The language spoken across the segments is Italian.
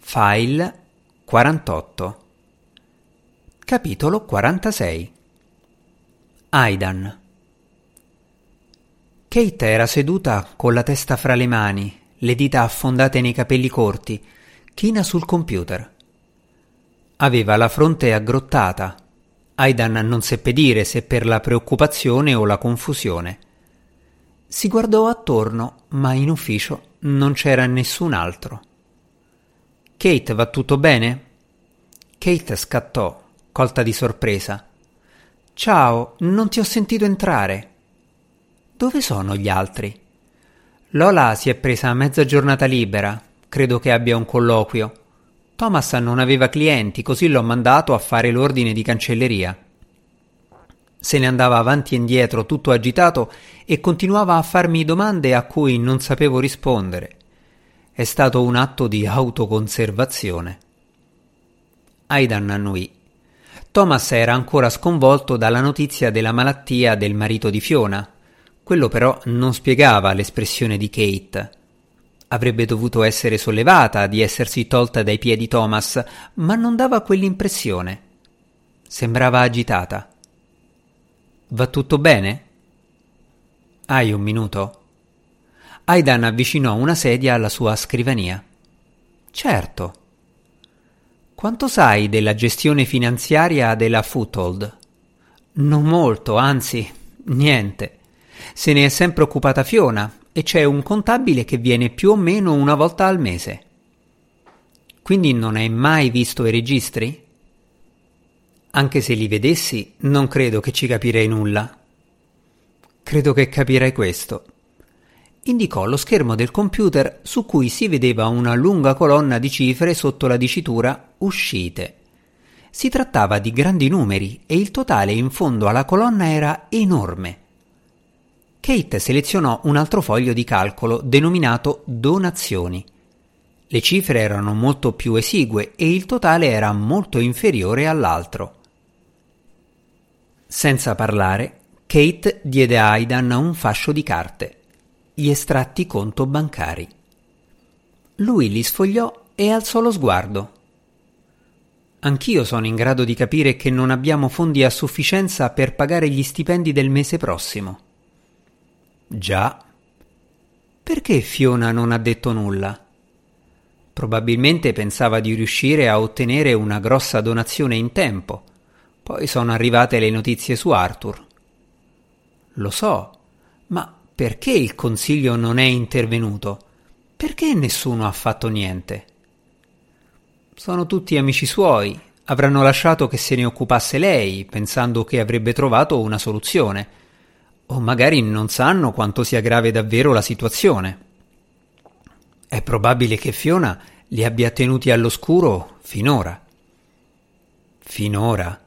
File 48. Capitolo 46. Aidan. Kate era seduta con la testa fra le mani, le dita affondate nei capelli corti, china sul computer. Aveva la fronte aggrottata. Aidan non seppe dire se per la preoccupazione o la confusione. Si guardò attorno, ma in ufficio non c'era nessun altro. Kate, va tutto bene? Kate scattò, colta di sorpresa. Ciao, non ti ho sentito entrare. Dove sono gli altri? Lola si è presa mezza giornata libera, credo che abbia un colloquio. Thomas non aveva clienti, così l'ho mandato a fare l'ordine di cancelleria. Se ne andava avanti e indietro tutto agitato e continuava a farmi domande a cui non sapevo rispondere. È stato un atto di autoconservazione. Aidan annuì. Thomas era ancora sconvolto dalla notizia della malattia del marito di Fiona. Quello però non spiegava l'espressione di Kate. Avrebbe dovuto essere sollevata di essersi tolta dai piedi Thomas, ma non dava quell'impressione. Sembrava agitata. Va tutto bene? Hai un minuto? Aidan avvicinò una sedia alla sua scrivania. Certo. Quanto sai della gestione finanziaria della Foothold? Non molto, anzi, niente. Se ne è sempre occupata Fiona e c'è un contabile che viene più o meno una volta al mese. Quindi non hai mai visto i registri? Anche se li vedessi, non credo che ci capirei nulla. Credo che capirai questo. Indicò lo schermo del computer su cui si vedeva una lunga colonna di cifre sotto la dicitura uscite. Si trattava di grandi numeri e il totale in fondo alla colonna era enorme. Kate selezionò un altro foglio di calcolo denominato donazioni. Le cifre erano molto più esigue e il totale era molto inferiore all'altro. Senza parlare, Kate diede a Aidan un fascio di carte, gli estratti conto bancari. Lui li sfogliò e alzò lo sguardo. Anch'io sono in grado di capire che non abbiamo fondi a sufficienza per pagare gli stipendi del mese prossimo. Già. Perché Fiona non ha detto nulla? Probabilmente pensava di riuscire a ottenere una grossa donazione in tempo. Poi sono arrivate le notizie su Arthur. Lo so, ma perché il consiglio non è intervenuto? Perché nessuno ha fatto niente? Sono tutti amici suoi. Avranno lasciato che se ne occupasse lei, pensando che avrebbe trovato una soluzione. O magari non sanno quanto sia grave davvero la situazione. È probabile che Fiona li abbia tenuti all'oscuro finora. Finora?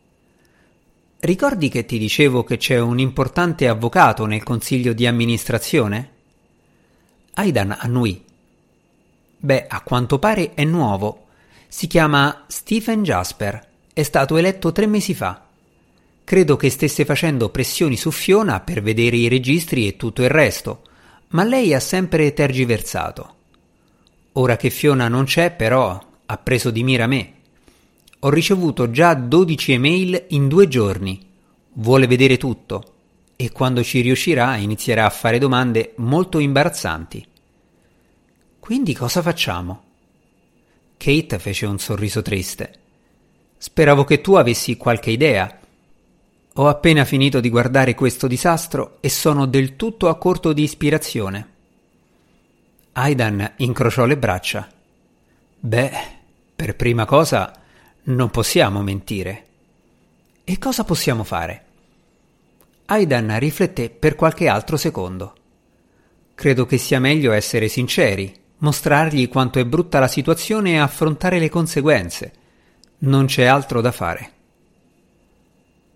Ricordi che ti dicevo che c'è un importante avvocato nel consiglio di amministrazione? Aidan annuì. Beh, a quanto pare è nuovo. Si chiama Stephen Jasper. È stato eletto 3 mesi fa. Credo che stesse facendo pressioni su Fiona per vedere i registri e tutto il resto, ma lei ha sempre tergiversato. Ora che Fiona non c'è, però, ha preso di mira me. Ho ricevuto già 12 email in 2 giorni. Vuole vedere tutto e quando ci riuscirà inizierà a fare domande molto imbarazzanti. Quindi cosa facciamo? Kate fece un sorriso triste. Speravo che tu avessi qualche idea. Ho appena finito di guardare questo disastro e sono del tutto a corto di ispirazione. Aidan incrociò le braccia. Beh, per prima cosa non possiamo mentire. E cosa possiamo fare? Aidan rifletté per qualche altro secondo. Credo che sia meglio essere sinceri, mostrargli quanto è brutta la situazione e affrontare le conseguenze. Non c'è altro da fare.